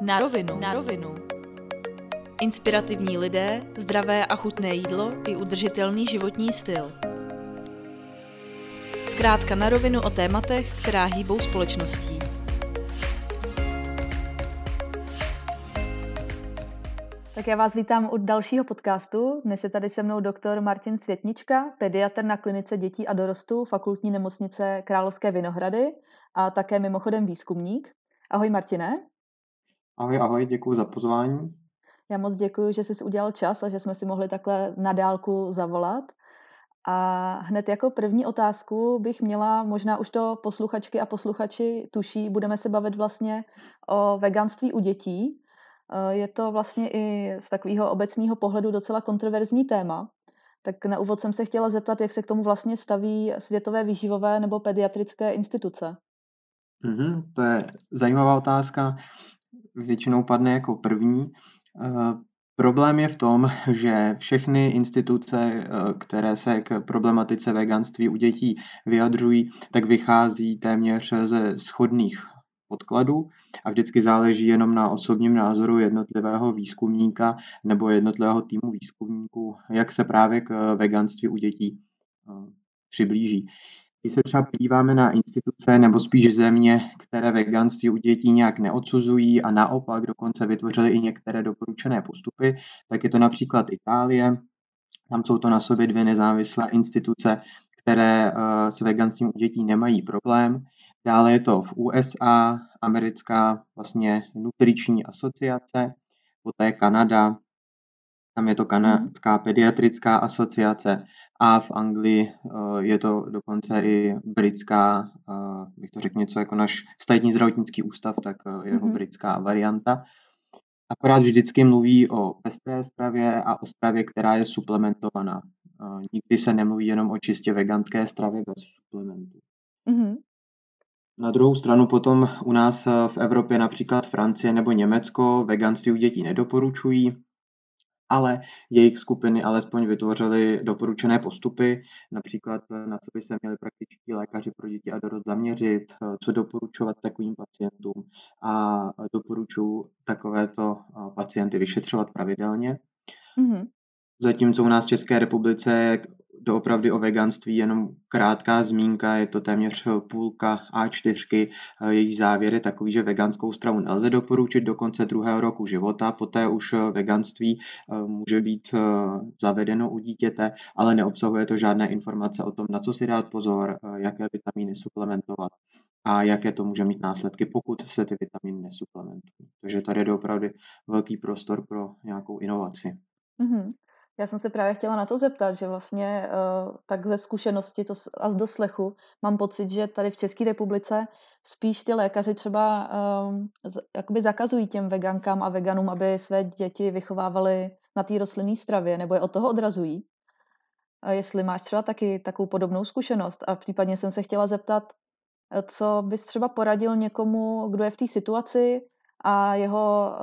Na rovinu. Na rovinu. Inspirativní lidé, zdravé a chutné jídlo i udržitelný životní styl. Zkrátka na rovinu o tématech, která hýbou společností. Tak já vás vítám u dalšího podcastu. Dnes je tady se mnou doktor Martin Světnička, pediatr na klinice dětí a dorostu Fakultní nemocnice Královské Vinohrady a také mimochodem výzkumník. Ahoj Martine. Ahoj, děkuji za pozvání. Já moc děkuji, že jsi udělal čas a že jsme si mohli takhle na dálku zavolat. A hned jako první otázku bych měla, možná už to posluchačky a posluchači tuší, budeme se bavit vlastně o veganství u dětí. Je to vlastně i z takového obecného pohledu docela kontroverzní téma. Tak na úvod jsem se chtěla zeptat, jak se k tomu vlastně staví světové výživové nebo pediatrické instituce. To je zajímavá otázka. Většinou padne jako první. Problém je v tom, že všechny instituce, které se k problematice veganství u dětí vyjadřují, tak vychází téměř ze shodných podkladů a vždycky záleží jenom na osobním názoru jednotlivého výzkumníka nebo jednotlivého týmu výzkumníků, jak se právě k veganství u dětí přiblíží. Když se třeba podíváme na instituce nebo spíš země, které veganství u dětí nějak neodsuzují a naopak dokonce vytvořily i některé doporučené postupy, tak je to například Itálie. Tam jsou to na sobě dvě nezávislé instituce, které s veganstvím u dětí nemají problém. Dále je to v USA, americká vlastně nutriční asociace, poté Kanada, tam je to kanadská pediatrická asociace a v Anglii je to dokonce i britská, bych to řekl něco jako náš státní zdravotnický ústav, tak jeho britská varianta. Akorát vždycky mluví o pestré stravě a o stravě, která je suplementovaná. Nikdy se nemluví jenom o čistě veganské stravě bez suplementů. Na druhou stranu potom u nás v Evropě například Francie nebo Německo veganství u dětí nedoporučují, ale jejich skupiny alespoň vytvořily doporučené postupy, například na co by se měli praktičtí lékaři pro děti a dorost zaměřit, co doporučovat takovým pacientům a doporučuji takovéto pacienty vyšetřovat pravidelně. Zatímco u nás v České republice je doopravdy o veganství jenom krátká zmínka, je to téměř půlka A4, její závěr je takový, že veganskou stravu nelze doporučit do konce 2. roku života, poté už veganství může být zavedeno u dítěte, ale neobsahuje to žádné informace o tom, na co si dát pozor, jaké vitamíny suplementovat a jaké to může mít následky, pokud se ty vitamíny nesuplementují. Takže tady je doopravdy velký prostor pro nějakou inovaci. Já jsem se právě chtěla na to zeptat, že vlastně tak ze zkušenosti a z doslechu mám pocit, že tady v České republice spíš ty lékaři třeba jakoby zakazují těm vegankám a veganům, aby své děti vychovávali na té rostlinné stravě, nebo je od toho odrazují. A jestli máš třeba taky takovou podobnou zkušenost a případně jsem se chtěla zeptat, co bys třeba poradil někomu, kdo je v té situaci a jeho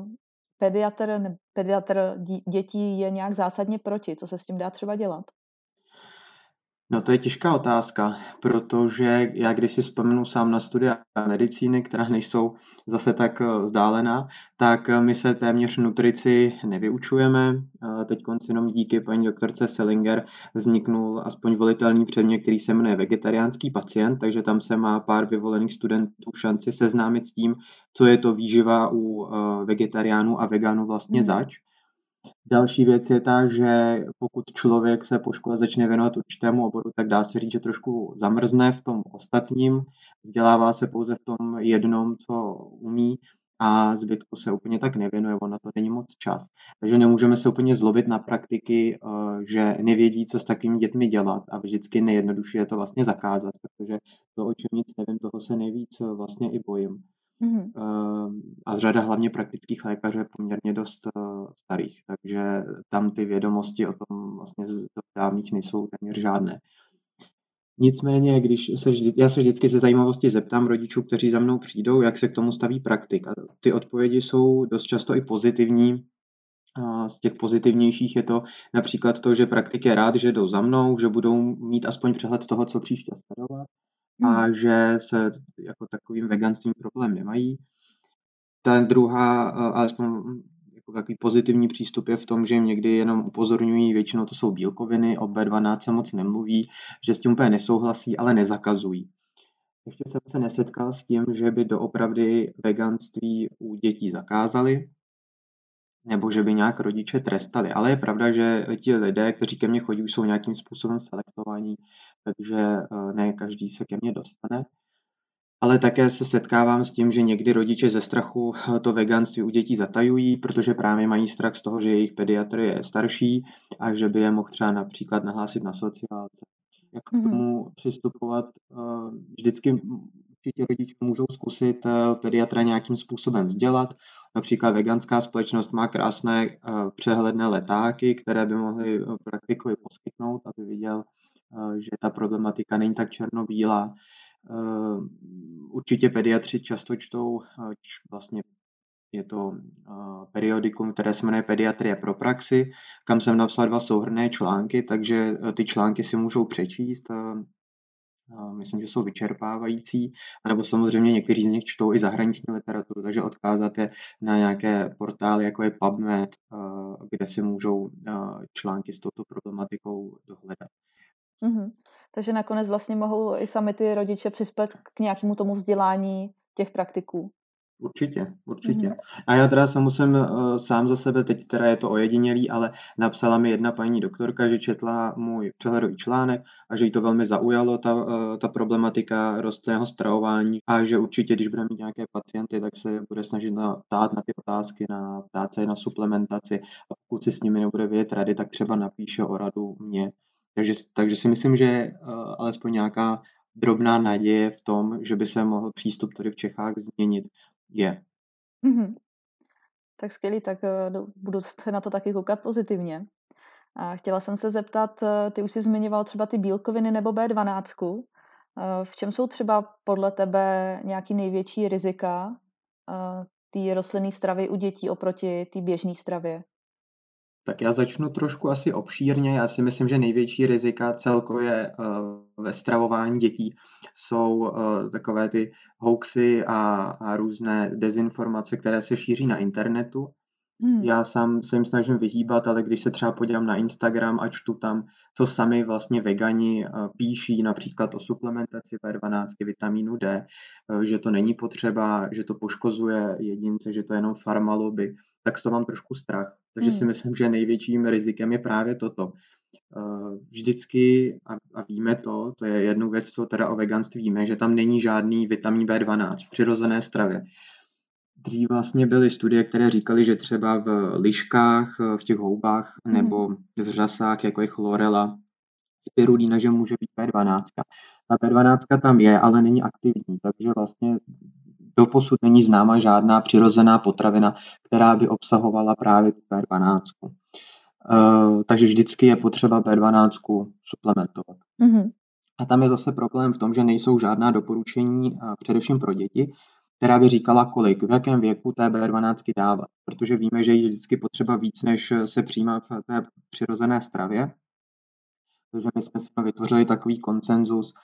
pediatr dětí je nějak zásadně proti. Co se s tím dá třeba dělat? No to je těžká otázka, protože já když si vzpomenu sám na studia medicíny, která nejsou zase tak vzdálená, tak my se téměř nutrici nevyučujeme. Teď jenom díky paní doktorce Selinger vzniknul aspoň volitelný předmět, který se jmenuje vegetariánský pacient, takže tam se má pár vyvolených studentů šanci seznámit s tím, co je to výživa u vegetariánů a veganů vlastně zač. Další věc je ta, že pokud člověk se po škole začne věnovat určitému oboru, tak dá se říct, že trošku zamrzne v tom ostatním, vzdělává se pouze v tom jednom, co umí a zbytku se úplně tak nevěnuje, on na to není moc čas. Takže nemůžeme se úplně zlobit na praktiky, že nevědí, co s takovými dětmi dělat a vždycky nejjednodušší je to vlastně zakázat, protože to, o čem nic nevím, toho se nejvíc vlastně i bojím. A řada hlavně praktických lékařů je poměrně dost starých, takže tam ty vědomosti o tom vlastně dávných nejsou téměř žádné. Nicméně, já se vždycky ze zajímavosti zeptám rodičů, kteří za mnou přijdou, jak se k tomu staví praktik. A ty odpovědi jsou dost často i pozitivní. A z těch pozitivnějších je to například to, že praktik je rád, že jdou za mnou, že budou mít aspoň přehled toho, co příště sledovat a že se jako takovým veganstvím problém nemají. ta druhá, alespoň jako takový pozitivní přístup je v tom, že někdy jenom upozorňují, většinou to jsou bílkoviny, o B12 se moc nemluví, že s tím úplně nesouhlasí, ale nezakazují. Ještě jsem se nesetkal s tím, že by doopravdy veganství u dětí zakázali, nebo že by nějak rodiče trestali. Ale je pravda, že ti lidé, kteří ke mně chodí, už jsou nějakým způsobem selektovaní, takže ne každý se ke mně dostane. Ale také se setkávám s tím, že někdy rodiče ze strachu to veganství u dětí zatajují, protože právě mají strach z toho, že jejich pediatr je starší a že by je mohl třeba například nahlásit na sociálce. Jak k Mhm. tomu přistupovat? Vždycky určitě rodiče můžou zkusit pediatra nějakým způsobem vzdělat. Například veganská společnost má krásné přehledné letáky, které by mohly praktikovi poskytnout, aby viděl, že ta problematika není tak černobílá. Určitě pediatři často čtou, vlastně je to periodikum, které se jmenuje Pediatrie pro praxi, kam jsem napsal 2 souhrnné články, takže ty články si můžou přečíst. Myslím, že jsou vyčerpávající, anebo samozřejmě někteří z nich čtou i zahraniční literaturu, takže odkázat je na nějaké portály, jako je PubMed, kde si můžou články s touto problematikou dohledat. Mhm. Takže nakonec vlastně mohou i sami ty rodiče přispět k nějakému tomu vzdělání těch praktiků. Určitě. Mhm. A já teda se musím sám za sebe, teď teda je to ojedinělý, ale napsala mi jedna paní doktorka, že četla můj přehledový článek a že jí to velmi zaujalo, ta problematika rostlinného stravování a že určitě, když bude mít nějaké pacienty, tak se bude snažit ptát na ty otázky, ptát se na suplementaci a pokud si s nimi nebude vědět rady, tak třeba napíše o radu mě. Takže si myslím, že alespoň nějaká drobná naděje v tom, že by se mohl přístup tady v Čechách změnit, je. Mhm. Tak skvělý, tak budu se na to taky koukat pozitivně. A chtěla jsem se zeptat, ty už jsi zmiňoval třeba ty bílkoviny nebo B12. V čem jsou třeba podle tebe nějaký největší rizika té rostlinné stravy u dětí oproti té běžné stravě? Tak já začnu trošku asi obšírně. Já si myslím, že největší rizika celkově ve stravování dětí jsou takové ty hoaxy a různé dezinformace, které se šíří na internetu. Hmm. Já sám se jim snažím vyhýbat, ale když se třeba podívám na Instagram a čtu tam, co sami vlastně vegani píší, například o suplementaci B12, vitamínu D, že to není potřeba, že to poškozuje jedince, že to je jenom farmalobby, tak z toho mám trošku strach. Takže si Hmm. myslím, že největším rizikem je právě toto. Vždycky, a víme to je jednu věc, co teda o veganství víme, že tam není žádný vitamin B12 v přirozené stravě. Dřív vlastně byly studie, které říkaly, že třeba v liškách, v těch houbách nebo v řasách, jako je chlorela, spirulína, že může být B12. Ta B12 tam je, ale není aktivní, takže vlastně doposud není známa žádná přirozená potravina, která by obsahovala právě tu B12. Takže vždycky je potřeba B12 suplementovat. Mhm. A tam je zase problém v tom, že nejsou žádná doporučení, především pro děti, která by říkala, kolik, v jakém věku té B12 dávat, protože víme, že je vždycky potřeba víc, než se přijímá v té přirozené stravě. Takže my jsme si vytvořili takový konsenzus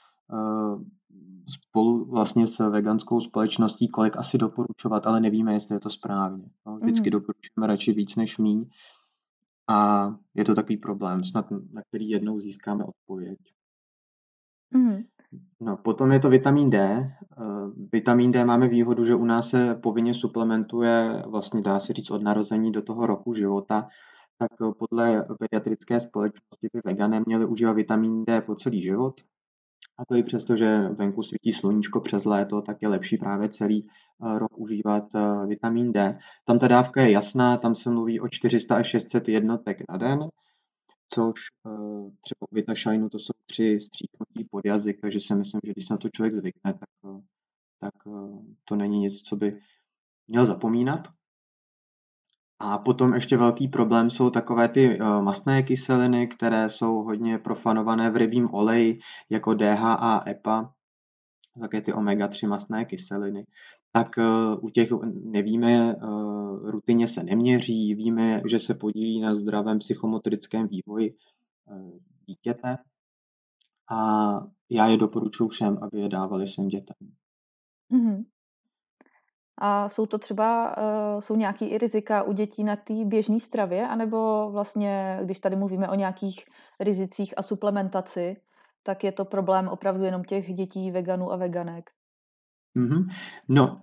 spolu vlastně s veganskou společností, kolik asi doporučovat, ale nevíme, jestli je to správně. Vždycky doporučujeme radši víc než míň a je to takový problém, snad na který jednou získáme odpověď. Mhm. No, potom je to vitamin D. Vitamin D máme výhodu, že u nás se povinně suplementuje, vlastně dá se říct od narození do toho roku života, tak podle pediatrické společnosti by vegané měli užívat vitamin D po celý život. A to i přesto, že venku svítí sluníčko přes léto, tak je lepší právě celý rok užívat vitamin D. Tam ta dávka je jasná, tam se mluví o 400 až 600 jednotek na den, což třeba u Vitašajnu to jsou 3 stříknutí pod jazyk, takže si myslím, že když se na to člověk zvykne, tak to není nic, co by měl zapomínat. A potom ještě velký problém jsou takové ty mastné kyseliny, které jsou hodně profanované v rybím oleji, jako DHA, EPA, také ty omega-3 mastné kyseliny. Tak u těch nevíme, rutině se neměří, víme, že se podílí na zdravém psychomotorickém vývoji dítěte a já je doporučuji všem, aby je dávali svým dětem. Mhm. A jsou to třeba, jsou nějaký i rizika u dětí na té běžné stravě, anebo vlastně, když tady mluvíme o nějakých rizicích a suplementaci, tak je to problém opravdu jenom těch dětí veganů a veganek? Mhm. No,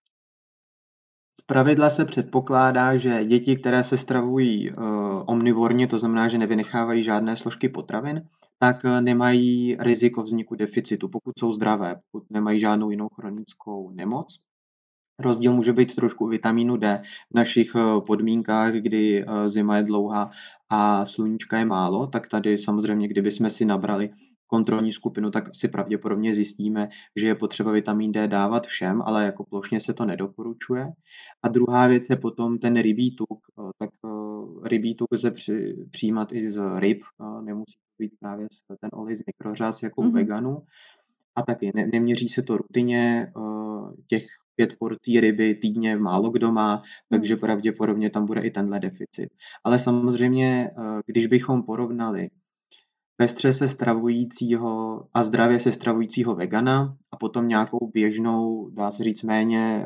zpravidla se předpokládá, že děti, které se stravují omnivorně, to znamená, že nevynechávají žádné složky potravin, tak nemají riziko vzniku deficitu, pokud jsou zdravé, pokud nemají žádnou jinou chronickou nemoc. Rozdíl může být trošku u vitamínu D v našich podmínkách, kdy zima je dlouhá a sluníčka je málo, tak tady samozřejmě, kdybychom si nabrali kontrolní skupinu, tak si pravděpodobně zjistíme, že je potřeba vitamin D dávat všem, ale jako plošně se to nedoporučuje. A druhá věc je potom ten rybí tuk. Tak rybí tuk lze přijímat i z ryb, nemusí to být právě ten olej z mikrořas jako u Mhm. veganů. A taky neměří se to rutině, těch 5 porcí ryby týdně málo kdo má, takže pravděpodobně tam bude i tenhle deficit. Ale samozřejmě, když bychom porovnali pestře se stravujícího a zdravě se stravujícího vegana a potom nějakou běžnou, dá se říct méně,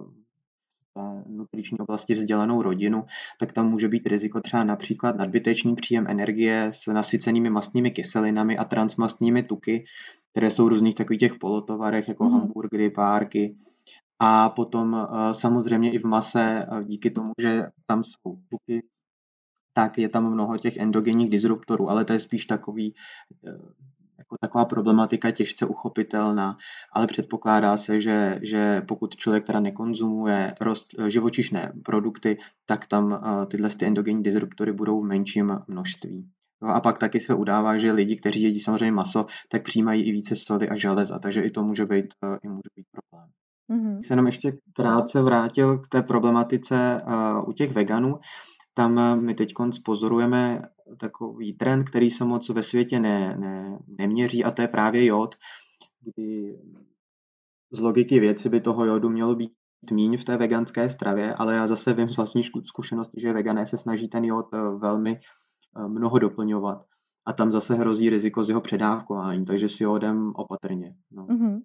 v nutriční oblasti vzdělanou rodinu, tak tam může být riziko třeba například nadbytečný příjem energie s nasycenými mastnými kyselinami a transmastnými tuky, které jsou v různých takových těch polotovarech, jako hamburgery, párky. A potom samozřejmě i v mase, díky tomu, že tam jsou tuky, tak je tam mnoho těch endogenních disruptorů, ale to je spíš takový, jako taková problematika těžce uchopitelná, ale předpokládá se, že pokud člověk teda nekonzumuje živočišné produkty, tak tam tyhle ty endogenní disruptory budou v menším množství. No a pak taky se udává, že lidi, kteří jedí samozřejmě maso, tak přijímají i více soli a železa, takže i to může být problém. Když se jenom ještě krátce vrátil k té problematice u těch veganů, tam my teď pozorujeme takový trend, který se moc ve světě neměří, a to je právě jód, kdy z logiky věci by toho jódu mělo být míň v té veganské stravě, ale já zase vím z vlastní zkušenosti, že vegané se snaží ten jód velmi mnoho doplňovat a tam zase hrozí riziko z jeho předávkování, takže s jódem opatrně. No.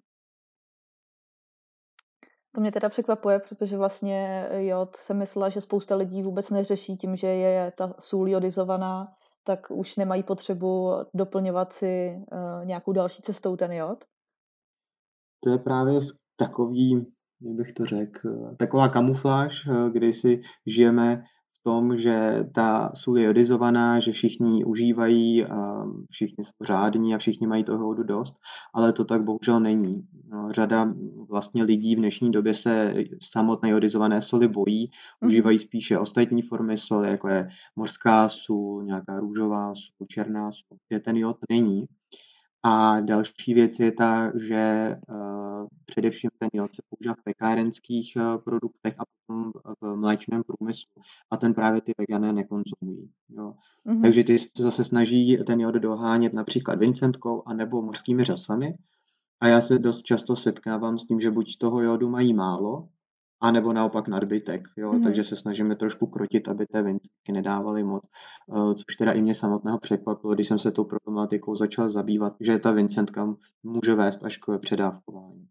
To mě teda překvapuje, protože vlastně jód jsem myslela, že spousta lidí vůbec neřeší tím, že je ta sůl jodizovaná, tak už nemají potřebu doplňovat si nějakou další cestou ten jód. To je právě takový, jak bych to řekl, taková kamufláž, kdy si žijeme v tom, že ta sůl je jodizovaná, že všichni ji užívají a všichni jsou řádní a všichni mají toho jódu dost, ale to tak bohužel není. No, řada vlastně lidí v dnešní době se samotné jodizované soli bojí, užívají spíše ostatní formy soli, jako je mořská sůl, nějaká růžová sůl, černá sůl, kde ten jód není. A další věc je ta, že především ten jód se používá v pekárenských produktech a potom v mléčném průmyslu a ten právě ty vegané nekonzumují. Jo. Takže ty se zase snaží ten jód dohánět například vincentkou anebo mořskými řasami a já se dost často setkávám s tím, že buď toho jódu mají málo, anebo naopak nadbytek, jo? Takže se snažíme trošku krotit, aby té vincentky nedávaly moc, což teda i mě samotného překvapilo, když jsem se tou problematikou začal zabývat, že ta vincentka může vést až k předávkování.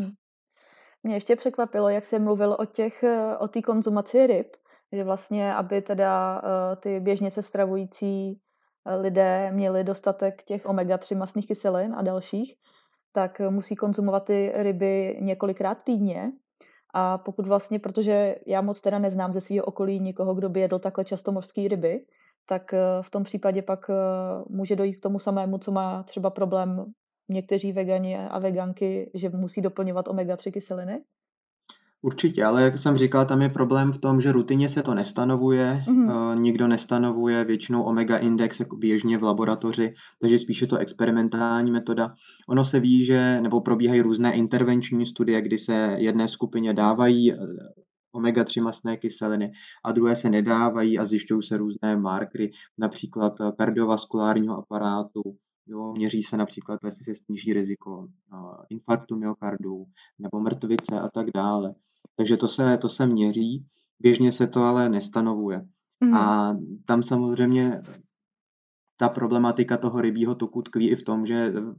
Mě ještě překvapilo, jak jsi mluvil o té konzumaci ryb, že vlastně, aby teda ty běžně se stravující lidé měli dostatek těch omega-3 mastných kyselin a dalších, tak musí konzumovat ty ryby několikrát týdně. A pokud vlastně, protože já moc teda neznám ze svého okolí nikoho, kdo by jedl takhle často mořské ryby, tak v tom případě pak může dojít k tomu samému, co má třeba problém někteří vegani a veganky, že musí doplňovat omega-3 kyseliny? Určitě, ale jak jsem říkal, tam je problém v tom, že rutině se to nestanovuje, nikdo nestanovuje většinou omega index jako běžně v laboratoři, takže spíše to experimentální metoda. Ono se ví, že nebo probíhají různé intervenční studie, kdy se jedné skupině dávají omega-3 mastné kyseliny a druhé se nedávají a zjišťují se různé markery, například kardiovaskulárního aparátu, jo, měří se například, jestli se sníží riziko infarktu myokardu nebo mrtvice a tak dále. Takže to se měří, běžně se to ale nestanovuje. A tam samozřejmě ta problematika toho rybího tuku tkví i v tom, že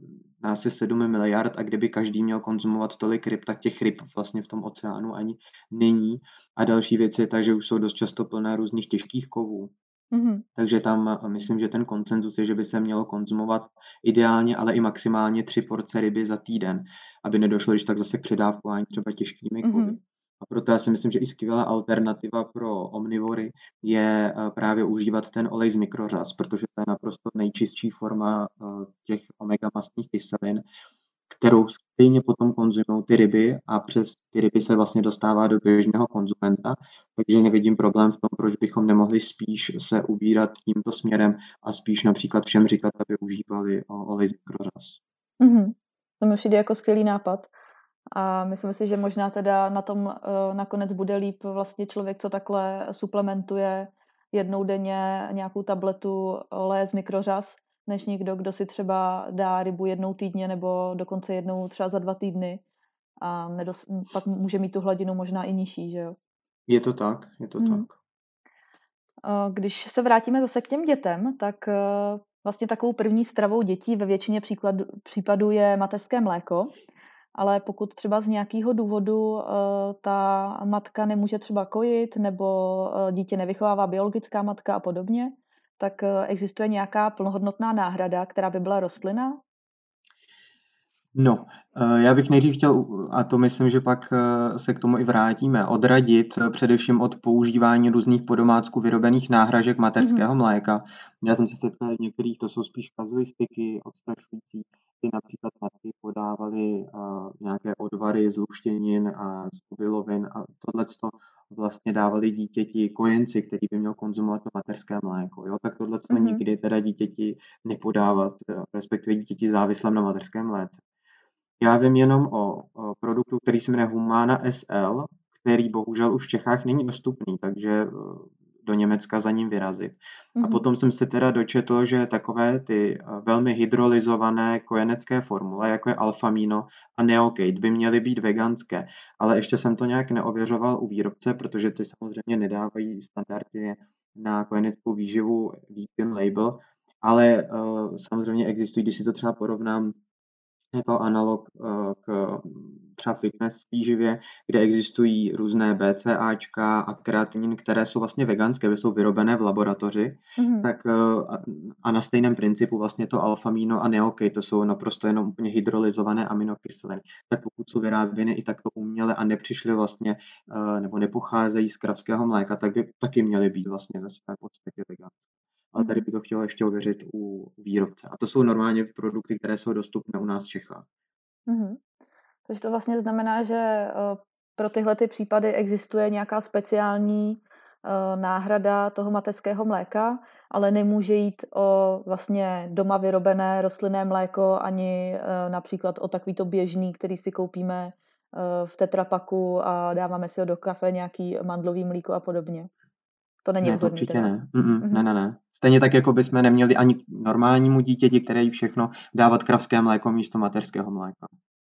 Nás je 7 miliard a kdyby každý měl konzumovat tolik ryb, tak těch ryb vlastně v tom oceánu ani není. A další věc je ta, že už jsou dost často plné různých těžkých kovů. Takže tam myslím, že ten konsenzus je, že by se mělo konzumovat ideálně, ale i maximálně 3 porce ryby za týden, aby nedošlo když tak zase k předávkování třeba těžkými kovy. A proto já si myslím, že i skvělá alternativa pro omnivory je právě užívat ten olej z mikrořas, protože to je naprosto nejčistší forma těch omega-mastných kyselin, kterou stejně potom konzumují ty ryby a přes ty ryby se vlastně dostává do běžného konzumenta, takže nevidím problém v tom, proč bychom nemohli spíš se ubírat tímto směrem a spíš například všem říkat, aby užívali olej z mikrořas. To mi přijde jako skvělý nápad. A myslím si, že možná teda na tom nakonec bude líp vlastně člověk, co takhle suplementuje jednou denně nějakou tabletu oleje z mikrořas, než někdo, kdo si třeba dá rybu jednou týdně nebo dokonce jednou třeba za 2 týdny a pak může mít tu hladinu možná i nižší, že jo? Je to tak. Když se vrátíme zase k těm dětem, tak vlastně takovou první stravou dětí ve většině případů je mateřské mléko, ale pokud třeba z nějakého důvodu ta matka nemůže třeba kojit nebo dítě nevychovává biologická matka a podobně, tak existuje nějaká plnohodnotná náhrada, která by byla rostlina? No, já bych nejdřív chtěl, a to myslím, že pak se k tomu i vrátíme, odradit především od používání různých po domácku vyrobených náhražek mateřského mléka. Já jsem se setkal v některých, to jsou spíš kazuistiky odstrašující, kdy například matky podávaly nějaké odvary z luštěnin a z obilovin a tohleto vlastně dávali dítěti kojenci, který by měl konzumovat to mateřské mléko. Jo? Tak tohleto nikdy teda dítěti nepodávat, respektive dítěti závislém na mateřském mléce. Já vím jenom o produktu, který se jmenuje Humana SL, který bohužel už v Čechách není dostupný, takže do Německa za ním vyrazit. A potom jsem se teda dočetl, že takové ty velmi hydrolyzované kojenecké formule, jako je Alfamino a Neocate, by měly být veganské, ale ještě jsem to nějak neověřoval u výrobce, protože ty samozřejmě nedávají standardně na kojeneckou výživu vegan label, ale samozřejmě existují, když si to třeba porovnám jako analog k třeba fitness výživě, kde existují různé BCAčka a kreatinin, které jsou vlastně veganské, které jsou vyrobené v laboratoři, tak a na stejném principu vlastně to alfamino a neocate, to jsou naprosto jenom úplně hydrolyzované aminokyseliny. Tak pokud jsou vyráběny i takto uměle a nepřišly vlastně, nebo nepocházejí z kravského mléka, tak by taky měly být vlastně ve své podstatě veganské. Ale tady by to chtělo ještě ověřit u výrobce. A to jsou normálně produkty, které jsou dostupné u nás v Čechách. Takže to vlastně znamená, že pro tyhle ty případy existuje nějaká speciální náhrada toho mateřského mléka, ale nemůže jít o vlastně doma vyrobené rostlinné mléko ani například o takovýto běžný, který si koupíme v tetrapaku a dáváme si ho do kafe, nějaký mandlový mlíko a podobně. To není Ne, to vhodný určitě teda. ne. Ne. Stejně tak, jako bychom neměli ani normálnímu dítěti, které jí všechno, dávat kravské mléko místo mateřského mléka.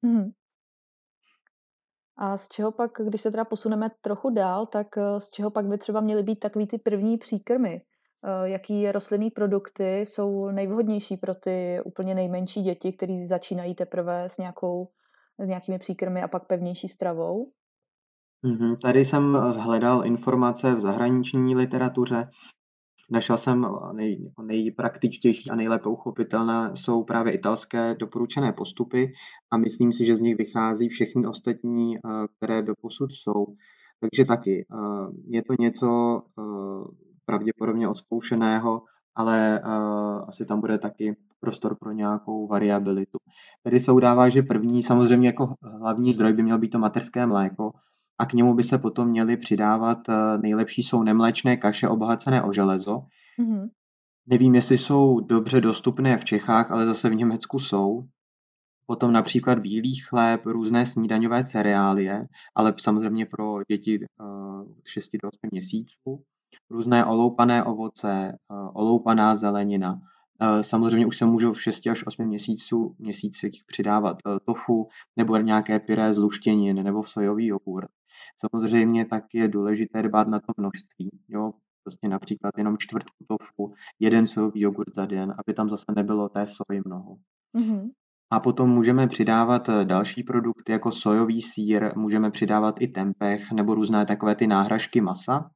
A z čeho pak, když se teda posuneme trochu dál, tak z čeho pak by třeba měly být takový ty první příkrmy? Jaký rostlinný produkty jsou nejvhodnější pro ty úplně nejmenší děti, kteří začínají teprve s nějakými příkrmy a pak pevnější stravou? Tady jsem hledal informace v zahraniční literatuře. Našel jsem nejpraktičtější a nejlépe uchopitelné jsou právě italské doporučené postupy a myslím si, že z nich vychází všechny ostatní, které doposud jsou. Takže taky je to něco pravděpodobně odzkoušeného, ale asi tam bude taky prostor pro nějakou variabilitu. Tady se udává, že první samozřejmě jako hlavní zdroj by měl být to mateřské mléko, a k němu by se potom měly přidávat, nejlepší jsou nemléčné kaše obohacené o železo. Nevím, jestli jsou dobře dostupné v Čechách, ale zase v Německu jsou. Potom například bílý chléb, různé snídaňové cereálie, ale samozřejmě pro děti 6 do 8 měsíců. Různé oloupané ovoce, oloupaná zelenina. Samozřejmě už se můžou v 6 až 8 měsících přidávat tofu nebo nějaké pyré z luštěnin nebo sojový jogurt. Samozřejmě tak je důležité dbát na to množství. Jo? Prostě například jenom čtvrtku tofu, 1 sojový jogurt za den, aby tam zase nebylo té soji mnoho. A potom můžeme přidávat další produkty jako sojový sýr, můžeme přidávat i tempeh nebo různé takové ty náhražky masa.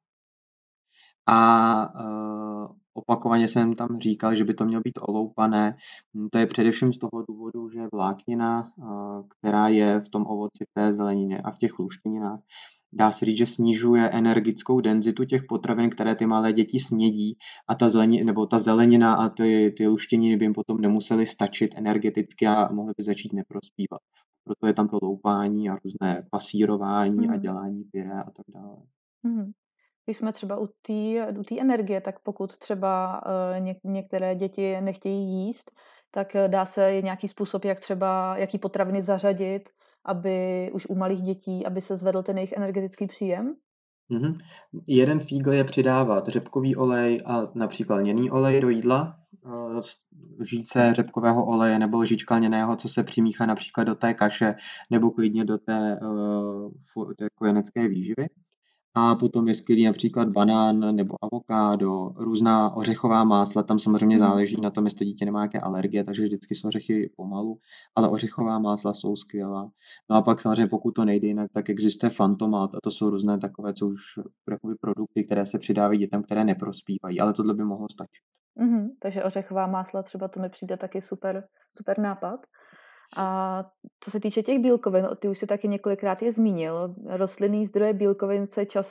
A opakovaně jsem tam říkal, že by to mělo být oloupané. To je především z toho důvodu, že vláknina, která je v tom ovoci, v té zelenině a v těch luštěninách, dá se říct, že snižuje energickou denzitu těch potravin, které ty malé děti snědí, a ta zelenina a ty luštěniny by jim potom nemusely stačit energeticky a mohly by začít neprospívat. Proto je tam to loupání a různé pasírování a dělání pyré a tak dále. Mhm. Když jsme třeba u té energie, tak pokud třeba některé děti nechtějí jíst, tak dá se nějaký způsob, jaký potraviny zařadit, aby už u malých dětí, aby se zvedl ten jejich energetický příjem? Mhm. Jeden fígl je přidávat řepkový olej a například lněný olej do jídla, lžíce řepkového oleje nebo lžička lněného, co se přimíchá například do té kaše nebo klidně do té kojenecké výživy. A potom je skvělý například banán nebo avokádo, různá ořechová másla, tam samozřejmě záleží na tom, jestli dítě nemá nějaké alergie, takže vždycky jsou ořechy pomalu, ale ořechová másla jsou skvělá. No a pak samozřejmě, pokud to nejde jinak, tak existuje Fantomat a to jsou různé takové, co už jakoby produkty, které se přidávají dětem, které neprospívají, ale tohle by mohlo stačit. Takže ořechová másla třeba, to mi přijde taky super, super nápad. A co se týče těch bílkovin, ty už si taky několikrát je zmínil. Rostlinný zdroje bílkovin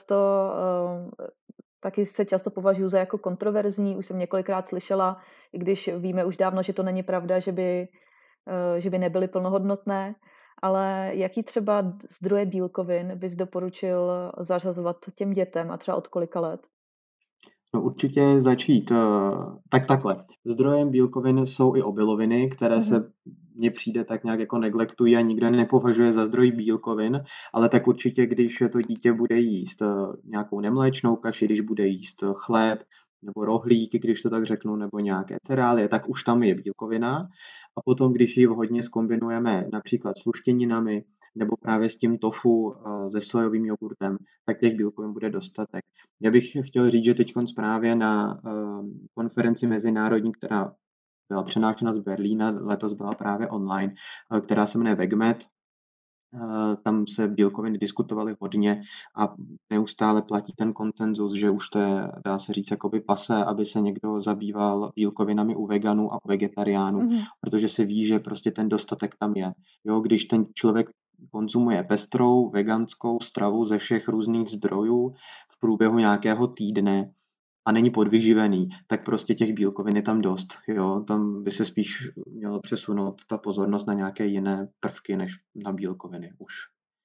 taky se často považují za jako kontroverzní. Už jsem několikrát slyšela, i když víme už dávno, že to není pravda, že by nebyly plnohodnotné. Ale jaký třeba zdroje bílkovin bys doporučil zařazovat těm dětem a třeba od kolika let? No určitě začít takhle. Zdrojem bílkovin jsou i obiloviny, které se mně přijde tak nějak jako neglektují a nikdo je nepovažuje za zdroj bílkovin, ale tak určitě, když to dítě bude jíst nějakou nemléčnou kaši, když bude jíst chléb nebo rohlíky, když to tak řeknu, nebo nějaké cereálie, tak už tam je bílkovina. A potom, když ji vhodně zkombinujeme například s luštěninami nebo právě s tím tofu se sojovým jogurtem, tak těch bílkovin bude dostatek. Já bych chtěl říct, že teďkon právě na konferenci mezinárodní, která byla přenášena z Berlína, letos byla právě online, která se jmenuje WegMed. Tam se bílkoviny diskutovaly hodně a neustále platí ten konsenzus, že už to je, dá se říct, jakoby pasé, aby se někdo zabýval bílkovinami u veganů a u vegetariánů, protože se ví, že prostě ten dostatek tam je. Jo, když ten člověk konzumuje pestrou veganskou stravu ze všech různých zdrojů v průběhu nějakého týdne a není podvyživený, tak prostě těch bílkovin je tam dost. Jo? Tam by se spíš mělo přesunout ta pozornost na nějaké jiné prvky, než na bílkoviny už.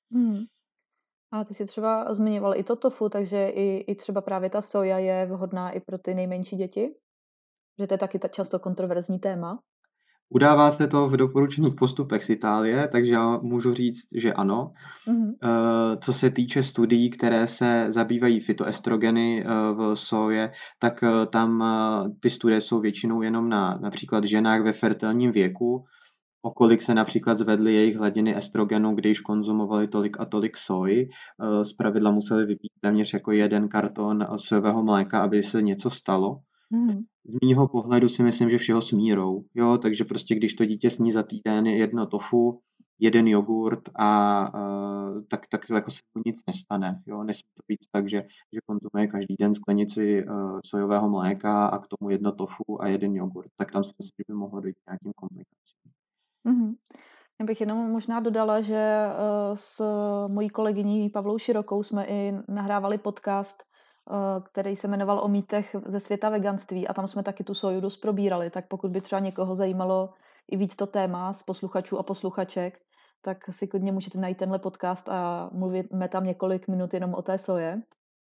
A ty jsi třeba zmiňoval i to tofu, takže i třeba právě ta soja je vhodná i pro ty nejmenší děti? Že to je taky často kontroverzní téma? Udává se to v doporučených postupech z Itálie, takže já můžu říct, že ano. Co se týče studií, které se zabývají fytoestrogeny v soje, tak tam ty studie jsou většinou jenom na například ženách ve fertilním věku, o kolik se například zvedly jejich hladiny estrogenu, když konzumovali tolik a tolik soji. Zpravidla museli vypít téměř jako 1 karton sojového mléka, aby se něco stalo. Z mýho pohledu si myslím, že všeho s mírou. Jo, takže prostě když to dítě sní za týden 1 tofu, 1 jogurt tak jako se mu nic nestane. Jo, nesmí to být tak, že konzumuje každý den sklenici sojového mléka a k tomu 1 tofu a 1 jogurt. Tak tam si myslím, že by mohlo dojít k nějakým komplikacím. Já bych jenom možná dodala, že s mojí kolegyní Pavlou Širokou jsme i nahrávali podcast, který se jmenoval O mýtech ze světa veganství a tam jsme taky tu soju dost probírali, tak pokud by třeba někoho zajímalo i víc to téma z posluchačů a posluchaček, tak si klidně můžete najít tenhle podcast a mluvíme tam několik minut jenom o té soje.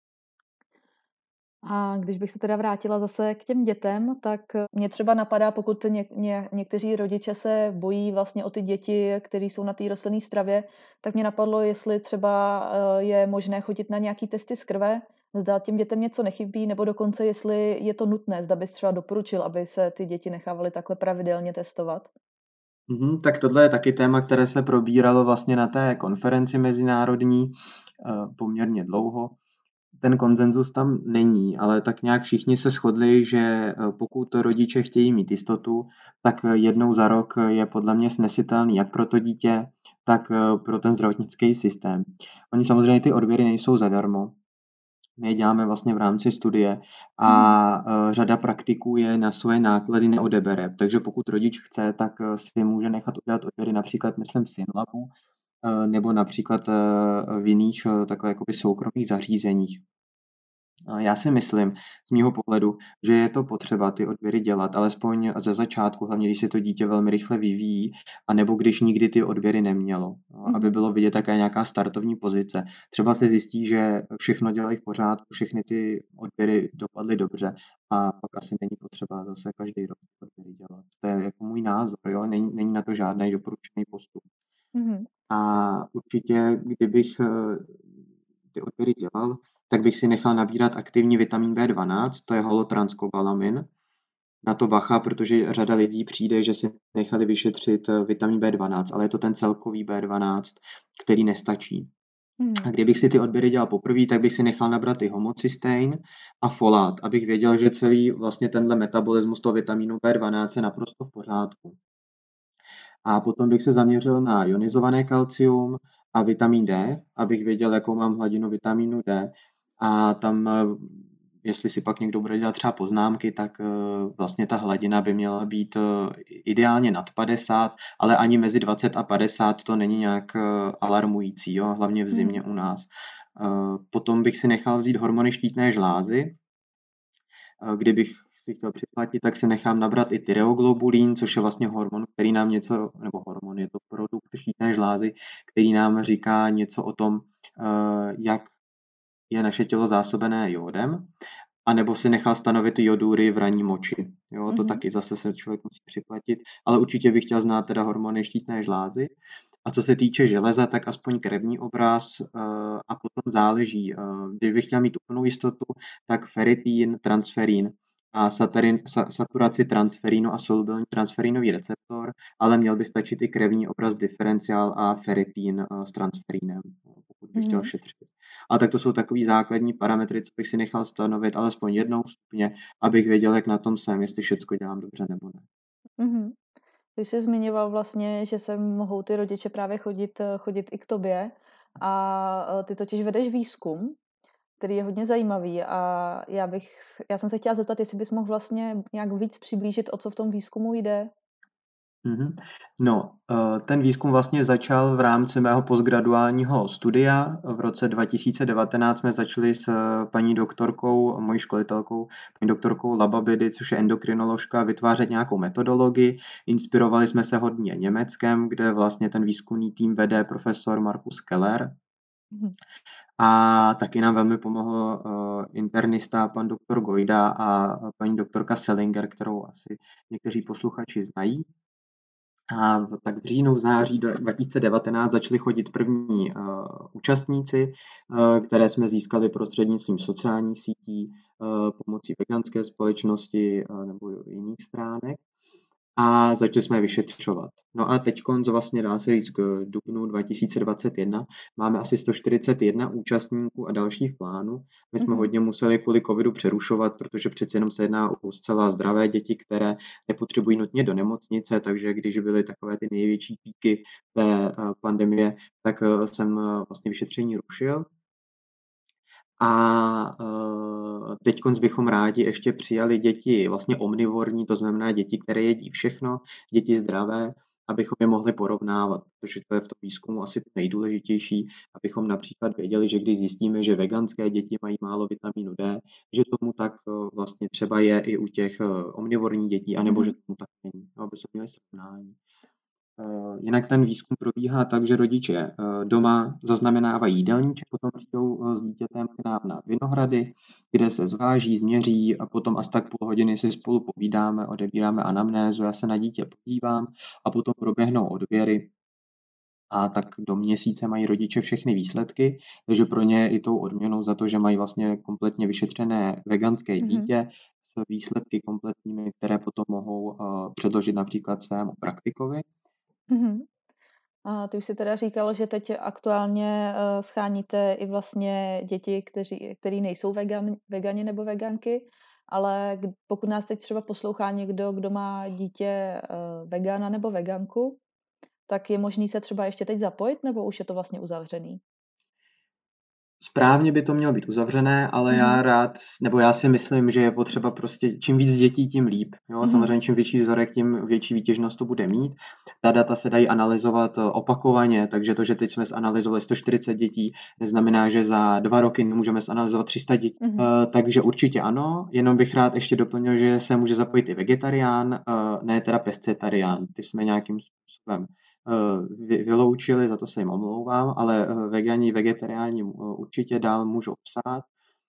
A když bych se teda vrátila zase k těm dětem, tak mě třeba napadá, pokud někteří rodiče se bojí vlastně o ty děti, které jsou na té rostlinné stravě, tak mě napadlo, jestli třeba je možné chodit na nějaký testy z krve, zda těm dětem něco nechybí, nebo dokonce jestli je to nutné, zda bys třeba doporučil, aby se ty děti nechávaly takhle pravidelně testovat. Tak tohle je taky téma, které se probíralo vlastně na té konferenci mezinárodní poměrně dlouho. ten konsenzus tam není, ale tak nějak všichni se shodli, že pokud rodiče chtějí mít jistotu, tak jednou za rok je podle mě snesitelný jak pro to dítě, tak pro ten zdravotnický systém. Oni samozřejmě ty odběry nejsou zadarmo. My je děláme vlastně v rámci studie a řada praktiků je na svoje náklady neodebere. Takže pokud rodič chce, tak si může nechat udělat odběry například, myslím, v Synlabu, nebo například v jiných takhle jakoby soukromých zařízeních. Já si myslím z mýho pohledu, že je to potřeba ty odběry dělat, alespoň ze začátku, hlavně když se to dítě velmi rychle vyvíjí, anebo když nikdy ty odběry nemělo, aby bylo vidět také nějaká startovní pozice. Třeba se zjistí, že všechno dělají v pořádku, všechny ty odběry dopadly dobře a pak asi není potřeba zase každý rok ty odběry dělat. To je jako můj názor, jo? Není na to žádný doporučený postup. A určitě, kdybych ty odběry dělal, tak bych si nechal nabírat aktivní vitamin B12, to je holotranscobalamin. Na to bacha, protože řada lidí přijde, že si nechali vyšetřit vitamin B12, ale je to ten celkový B12, který nestačí. A kdybych si ty odběry dělal poprvé, tak bych si nechal nabrat i homocystein a folát, abych věděl, že celý vlastně tenhle metabolismus toho vitamínu B12 je naprosto v pořádku. A potom bych se zaměřil na ionizované kalcium a vitamin D, abych věděl, jakou mám hladinu vitamínu D. A tam, jestli si pak někdo bude dělat třeba poznámky, tak vlastně ta hladina by měla být ideálně nad 50, ale ani mezi 20 a 50 to není nějak alarmující, jo? Hlavně v zimě u nás. Potom bych si nechal vzít hormony štítné žlázy. Kdybych si chtěl připlatit, tak se nechám nabrat i tyreoglobulin, což je vlastně hormon, který nám něco, nebo hormon, je to produkt štítné žlázy, který nám říká něco o tom, jak je naše tělo zásobené jódem, anebo si nechal stanovit jodury v ranní moči. Jo, to taky zase se člověk musí připlatit, ale určitě bych chtěl znát teda hormony štítné žlázy. A co se týče železa, tak aspoň krevní obraz a potom záleží. Když bych chtěl mít úplnou jistotu, tak feritín, transferín a saturaci transferínu a solubilní transferinový receptor, ale měl by stačit i krevní obraz diferenciál a feritín s transferínem, pokud bych chtěl šetřit. Ale tak to jsou takový základní parametry, co bych si nechal stanovit alespoň jednou stupně, abych věděl, jak na tom jsem, jestli všecko dělám dobře nebo ne. Ty jsi zmiňoval vlastně, že se mohou ty rodiče právě chodit i k tobě a ty totiž vedeš výzkum, který je hodně zajímavý a já jsem se chtěla zeptat, jestli bys mohl vlastně nějak víc přiblížit, o co v tom výzkumu jde. No, ten výzkum vlastně začal v rámci mého postgraduálního studia. V roce 2019 jsme začali s paní doktorkou, mojí školitelkou, paní doktorkou Lababidy, což je endokrinoložka, vytvářet nějakou metodologii. Inspirovali jsme se hodně Německem, kde vlastně ten výzkumný tým vede profesor Markus Keller. A taky nám velmi pomohl internista pan doktor Gojda a paní doktorka Selinger, kterou asi někteří posluchači znají. A tak v říjnu, v září 2019 začali chodit první účastníci, které jsme získali prostřednictvím sociálních sítí, pomocí veganské společnosti nebo jiných stránek. A začali jsme vyšetřovat. No a teď vlastně dá se říct k dubnu 2021 máme asi 141 účastníků a další v plánu. My jsme hodně museli kvůli covidu přerušovat, protože přeci jenom se jedná o zcela zdravé děti, které nepotřebují nutně do nemocnice, takže když byly takové ty největší píky té pandemie, tak jsem vlastně vyšetření rušil. A teďkonc bychom rádi ještě přijali děti vlastně omnivorní, to znamená děti, které jedí všechno, děti zdravé, abychom je mohli porovnávat, protože to je v tom výzkumu asi nejdůležitější, abychom například věděli, že když zjistíme, že veganské děti mají málo vitamínu D, že tomu tak vlastně třeba je i u těch omnivorních dětí, anebo že tomu tak není, aby jsme měli srovnání. Jinak ten výzkum probíhá tak, že rodiče doma zaznamenávají jídelníček, potom přijdou s dítětem k nám na Vinohrady, kde se zváží, změří a potom asi tak půl hodiny si spolu povídáme, odebíráme anamnézu, já se na dítě podívám a potom proběhnou odběry a tak do měsíce mají rodiče všechny výsledky, takže pro ně je i tou odměnou za to, že mají vlastně kompletně vyšetřené veganské dítě s výsledky kompletními, které potom mohou předložit například svému praktikovi. A ty už si teda říkal, že teď aktuálně scháníte i vlastně děti, který nejsou vegani nebo veganky, ale pokud nás teď třeba poslouchá někdo, kdo má dítě vegana nebo veganku, tak je možný se třeba ještě teď zapojit, nebo už je to vlastně uzavřený? Správně by to mělo být uzavřené, ale já si myslím, že je potřeba prostě čím víc dětí, tím líp. Jo? Samozřejmě čím větší vzorek, tím větší výtěžnost to bude mít. Ta data se dají analyzovat opakovaně, takže to, že teď jsme zanalyzovali 140 dětí, neznamená, že za 2 roky nemůžeme zanalyzovat 300 dětí. Takže určitě ano, jenom bych rád ještě doplnil, že se může zapojit i vegetarián, ne teda pescetarián. Ty jsme nějakým způsobem vyloučili, za to se jim omlouvám, ale vegani, vegetariáni určitě dál můžou psát,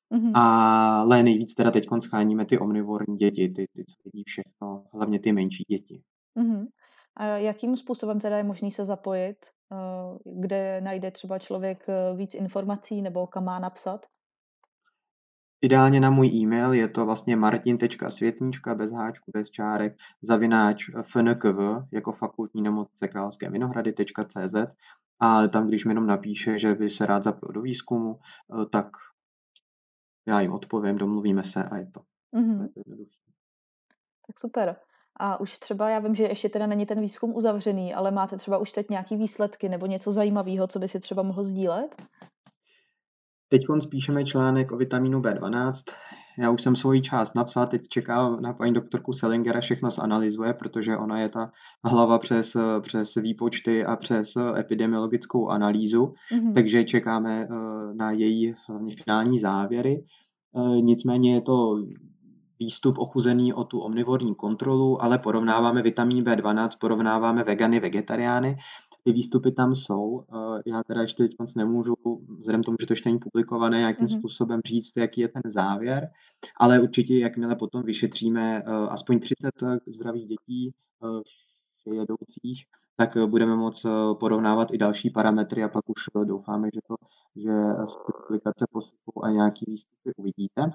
ale nejvíc teda teď scháníme ty omnivorní děti, ty co jedí všechno, hlavně ty menší děti. A jakým způsobem teda je možný se zapojit? Kde najde třeba člověk víc informací nebo kam má napsat? Ideálně na můj e-mail, je to vlastně martin.světnička bez háčku, bez čárek, @fnkv, jako Fakultní nemocnice Královské Vinohrady.cz, a tam, když mi jenom napíše, že by se rád zapojil do výzkumu, tak já jim odpovím, domluvíme se a je to. To je jednoduché. Tak super. A už třeba, já vím, že ještě teda není ten výzkum uzavřený, ale máte třeba už teď nějaký výsledky nebo něco zajímavého, co by si třeba mohl sdílet? Teďkon spíšeme článek o vitamínu B12. Já už jsem svoji část napsal, teď čekám na paní doktorku Selingera, všechno zanalyzuje, protože ona je ta hlava přes výpočty a přes epidemiologickou analýzu, takže čekáme na její finální závěry. Nicméně je to výstup ochuzený o tu omnivorní kontrolu, ale porovnáváme vitamín B12, porovnáváme vegany, vegetariány. Ty výstupy tam jsou. Já teda ještě teď moc nemůžu, vzhledem tomu, že to ještě není publikované, nějakým způsobem říct, jaký je ten závěr, ale určitě, jakmile potom vyšetříme aspoň 30 zdravých dětí jedoucích, tak budeme moct porovnávat i další parametry a pak už doufáme, že z ty publikace posypou a nějaký výstupy uvidíte.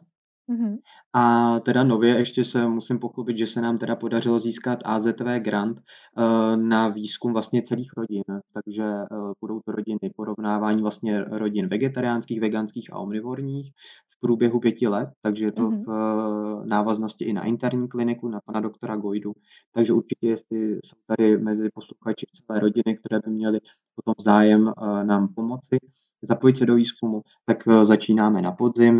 A teda nově ještě se musím pochlubit, že se nám teda podařilo získat AZV grant na výzkum vlastně celých rodin, takže budou to rodiny porovnávání vlastně rodin vegetariánských, veganských a omnivorních v průběhu 5 let, takže je to v návaznosti i na interní kliniku, na pana doktora Gojdu, takže určitě, jestli jsou tady mezi posluchači celé rodiny, které by měly potom zájem nám pomoci, zapojit se do výzkumu, tak začínáme na podzim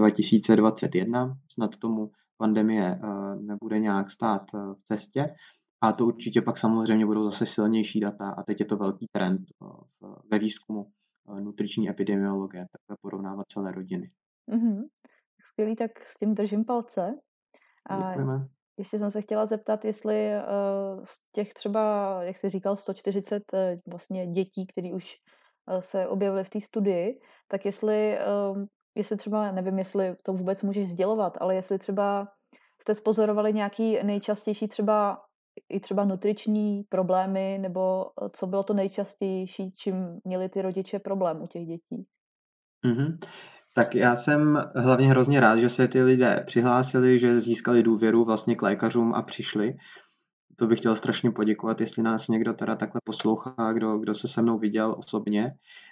2021. Snad tomu pandemie nebude nějak stát v cestě. A to určitě pak samozřejmě budou zase silnější data. A teď je to velký trend ve výzkumu nutriční epidemiologie, takhle porovnávat celé rodiny. Skvělý, tak s tím držím palce. Děkujeme. Ještě jsem se chtěla zeptat, jestli z těch třeba, jak jsi říkal, 140 vlastně dětí, které už se objevily v té studii, tak jestli třeba, nevím, jestli to vůbec můžeš sdělovat, ale jestli třeba jste spozorovali nějaký nejčastější třeba nutriční problémy, nebo co bylo to nejčastější, čím měli ty rodiče problém u těch dětí? Tak já jsem hlavně hrozně rád, že se ty lidé přihlásili, že získali důvěru vlastně k lékařům a přišli. To bych chtěl strašně poděkovat, jestli nás někdo teda takhle poslouchá, kdo se se mnou viděl osobně.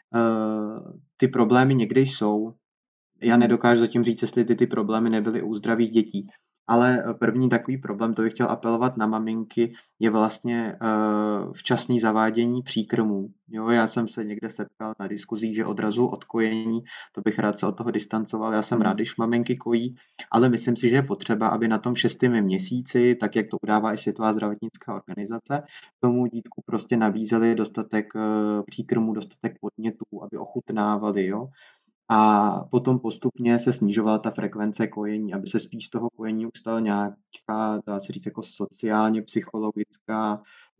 Ty problémy někdy jsou. Já nedokážu zatím říct, jestli ty problémy nebyly u zdravých dětí. Ale první takový problém, to bych chtěl apelovat na maminky, je vlastně včasné zavádění příkrmů. Jo, já jsem se někde setkal na diskuzích, že odrazu od kojení, to bych rád se od toho distancoval. Já jsem rád, když maminky kojí, ale myslím si, že je potřeba, aby na tom 6. měsíci, tak jak to udává i Světová zdravotnická organizace, tomu dítku prostě nabízeli dostatek příkrmů, dostatek podnětů, aby ochutnávali, jo. A potom postupně se snižovala ta frekvence kojení, aby se spíš z toho kojení stala nějaká, dá se říct, jako sociálně psychologická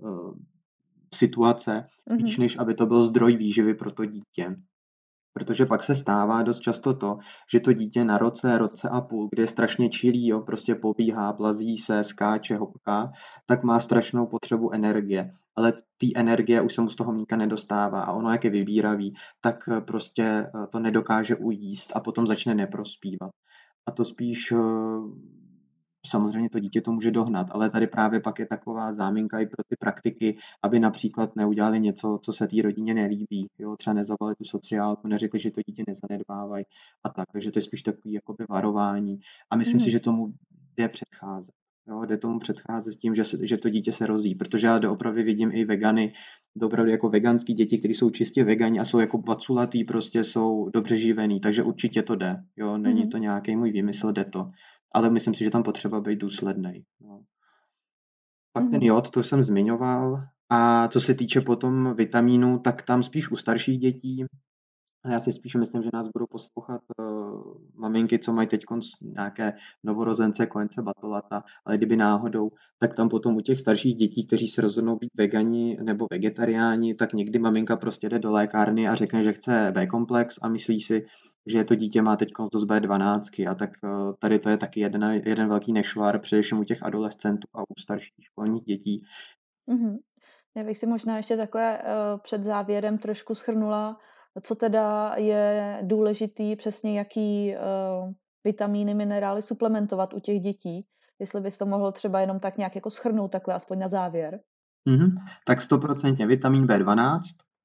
situace, spíš než aby to byl zdroj výživy pro to dítě. Protože pak se stává dost často to, že to dítě na roce a půl, kde je strašně čilý, jo, prostě pobíhá, plazí se, skáče, hopká, tak má strašnou potřebu energie. Ale té energie už se mu z toho mlíka nedostává a ono, jak je vybíravý, tak prostě to nedokáže ujíst a potom začne neprospívat. A to spíš samozřejmě to dítě to může dohnat, ale tady právě pak je taková záminka i pro ty praktiky, aby například neudělali něco, co se té rodině nelíbí, jo, třeba nezavali tu sociálku, neřekli, že to dítě nezanedbávají a tak, takže to je spíš takový jakoby varování a myslím si, Mhm. že tomu jde předcházet. Jo, jde tomu předcházet tím, že to dítě se rozí, protože já doopravdy vidím i vegany, opravdu jako veganský děti, kteří jsou čistě vegani a jsou jako baculatý, prostě jsou dobře živený, takže určitě to jde. Jo, není Mhm. to nějaký můj výmysl, jde to. Ale myslím si, že tam potřeba být důslednej. No. Pak ten Mhm. jód, to jsem zmiňoval. A co se týče potom vitamínů, tak tam spíš u starších dětí. A já si spíš myslím, že nás budou poslouchat maminky, co mají teď nějaké novorozence, kojence, batolata, ale kdyby náhodou, tak tam potom u těch starších dětí, kteří se rozhodnou být vegani nebo vegetariáni, tak někdy maminka prostě jde do lékárny a řekne, že chce B-komplex a myslí si, že to dítě má teď dost B12 a tak tady to je taky jeden velký nešvar, především u těch adolescentů a u starších školních dětí. Mhm. Já bych si možná ještě takhle před závěrem trošku shrnula, co teda je důležitý, přesně jaký vitamíny, minerály suplementovat u těch dětí. Jestli bys to mohl třeba jenom tak nějak jako shrnout takhle aspoň na závěr. Tak 100% vitamin B12.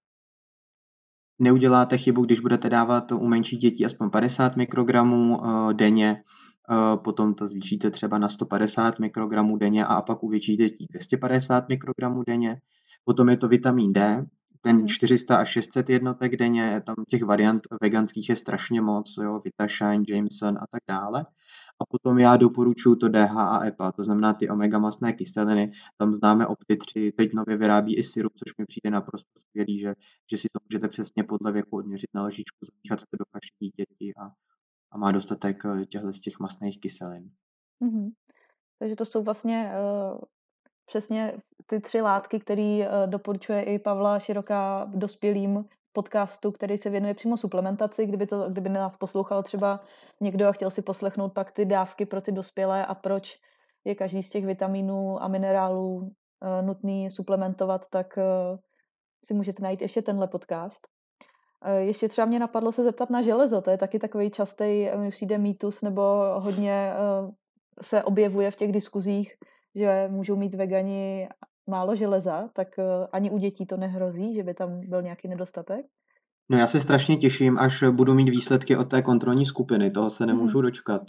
Neuděláte chybu, když budete dávat u menších dětí aspoň 50 mikrogramů denně, potom to zvýšíte třeba na 150 mikrogramů denně a pak u větších dětí 250 mikrogramů denně. Potom je to vitamin D, ten 400 až 600 jednotek denně, tam těch variant veganských je strašně moc, jo, Vitashine, Jameson a tak dále. A potom já doporučuji to DHA a EPA, to znamená ty omega-mastné kyseliny, tam známe Opti3, teď nově vyrábí i sirup, což mi přijde naprosto skvělý, že si to můžete přesně podle věku odměřit na lžičku, zamíchat to do kaší dítěti a má dostatek z těch mastných kyselin. Mhm. Takže to jsou vlastně přesně ty 3 látky, které doporučuje i Pavla Široká dospělým podcastu, který se věnuje přímo suplementaci. Kdyby nás poslouchal třeba někdo a chtěl si poslechnout pak ty dávky pro ty dospělé a proč je každý z těch vitamínů a minerálů nutný suplementovat, tak si můžete najít ještě tenhle podcast. Ještě třeba mě napadlo se zeptat na železo, to je taky takový častý, mi přijde mýtus, nebo hodně se objevuje v těch diskuzích, že můžou mít vegani málo železa, tak ani u dětí to nehrozí, že by tam byl nějaký nedostatek? No já se strašně těším, až budu mít výsledky od té kontrolní skupiny, toho se nemůžu dočkat.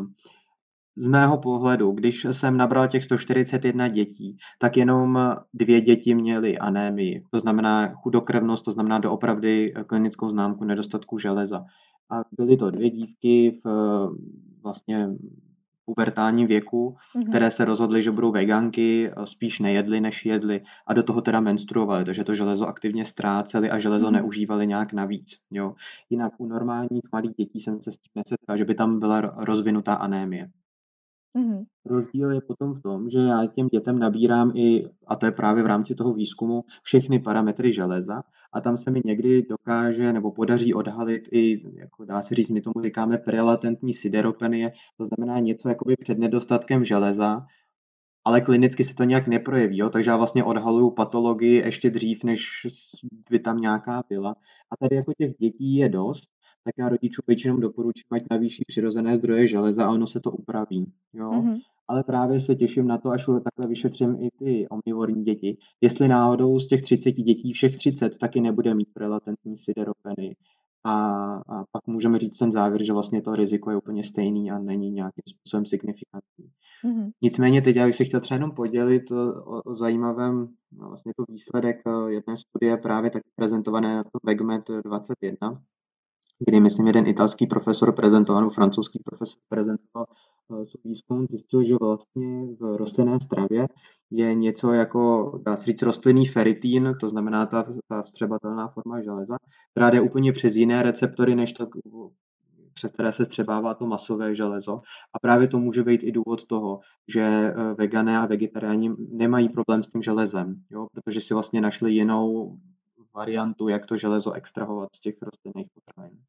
Z mého pohledu, když jsem nabral těch 141 dětí, tak jenom 2 děti měly anémii, to znamená chudokrevnost, to znamená doopravdy klinickou známku nedostatku železa. A byly to 2 dívky v vlastně pubertálním věku, které se rozhodly, že budou veganky, spíš nejedly, než jedly a do toho teda menstruovaly, takže to železo aktivně ztrácely a železo neužívali nějak navíc. Jo. Jinak u normálních malých dětí jsem se s tím nesetkal, že by tam byla rozvinutá anémie. Rozdíl je potom v tom, že já těm dětem nabírám a to je právě v rámci toho výzkumu, všechny parametry železa a tam se mi někdy dokáže nebo podaří odhalit i, jako dá se říct, my tomu říkáme prelatentní sideropenie, to znamená něco jakoby před nedostatkem železa, ale klinicky se to nějak neprojeví, jo? Takže já vlastně odhaluju patologii ještě dřív, než by tam nějaká byla. A tady jako těch dětí je dost, tak já rodičům většinou doporučím, ať navýší přirozené zdroje železa a ono se to upraví. Jo? Ale právě se těším na to, až takhle vyšetřím i ty omnivorní děti. Jestli náhodou z těch 30 dětí všech 30 taky nebude mít prelatentní sideropeny. A pak můžeme říct ten závěr, že vlastně to riziko je úplně stejný a není nějakým způsobem signifikantní. Nicméně teď já bych se chtěl třeba jenom podělit o zajímavém vlastně to výsledek jedné studie právě taky prezentované na to WEGMED 21, kdy myslím jeden italský profesor prezentoval, nebo francouzský profesor prezentoval svůj výzkum, zjistil, že vlastně v rostlinné stravě je něco jako, dá se říct, rostlinný feritín, to znamená ta vstřebatelná forma železa, která jde úplně přes jiné receptory, než to, přes které se střebává to masové železo. A právě to může být i důvod toho, že vegané a vegetariáni nemají problém s tím železem, jo? Protože si vlastně našli jinou variantu, jak to železo extrahovat z těch rostlinných potravin.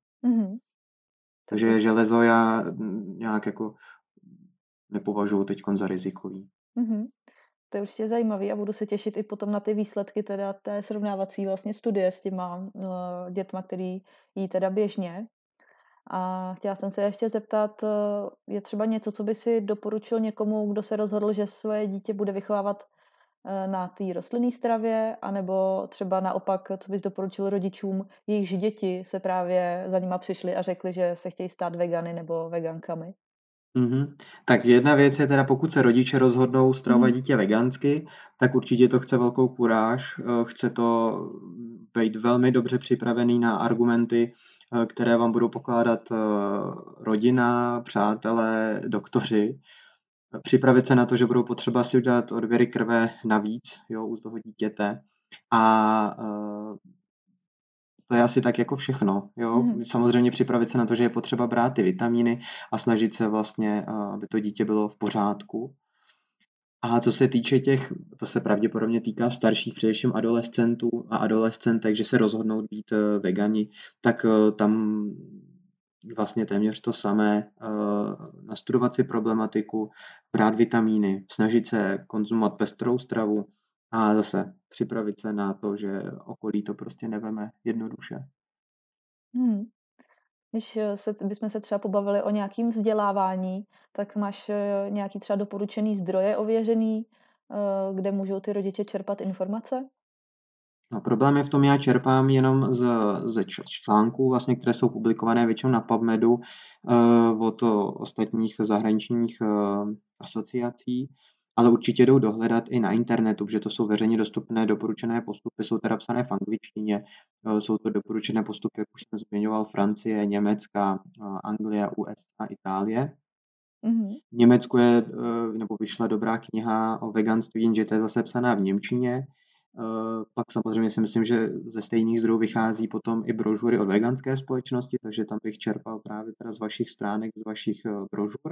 Takže železo já nějak jako nepovažuji teď za rizikový. To je určitě zajímavý a budu se těšit i potom na ty výsledky teda té srovnávací vlastně studie s těma dětma, který jí teda běžně. A chtěla jsem se ještě zeptat, je třeba něco, co by si doporučil někomu, kdo se rozhodl, že svoje dítě bude vychovávat na té rostlinné stravě, anebo třeba naopak, co bys doporučil rodičům, jejichž děti se právě za nima přišli a řekli, že se chtějí stát vegany nebo vegankami? Mhm. Tak jedna věc je teda, pokud se rodiče rozhodnou stravovat Mhm. dítě vegansky, tak určitě to chce velkou kuráž, chce to být velmi dobře připravený na argumenty, které vám budou pokládat rodina, přátelé, doktoři. Připravit se na to, že budou potřeba si udělat odběry krve navíc, jo, u toho dítěte. A to je asi tak jako všechno, jo. Mhm. Samozřejmě připravit se na to, že je potřeba brát ty vitamíny a snažit se vlastně, aby to dítě bylo v pořádku. A co se týče to se pravděpodobně týká starších, především adolescentů a adolescentek, že se rozhodnou být vegani, tak tam vlastně téměř to samé, nastudovat si problematiku, brát vitamíny, snažit se konzumovat pestrou stravu a zase připravit se na to, že okolí to prostě neveme jednoduše. Mhm. Když bychom se třeba pobavili o nějakým vzdělávání, tak máš nějaký třeba doporučený zdroje ověřený, kde můžou ty rodiče čerpat informace? No, problém je v tom, já čerpám jenom ze článků, vlastně, které jsou publikované většinou na PubMedu od ostatních zahraničních asociací, ale určitě jdou dohledat i na internetu, protože to jsou veřejně dostupné doporučené postupy, jsou teda psané v angličtině, jsou to doporučené postupy, jak už jsem zmiňoval, Francie, Německa, Anglie, USA, Itálie. Mhm. V Německu je, nebo vyšla dobrá kniha o veganství, jenže to je zase psaná v němčině. Pak samozřejmě si myslím, že ze stejných zdrojů vychází potom i brožury od veganské společnosti, takže tam bych čerpal právě teda z vašich stránek, z vašich brožur.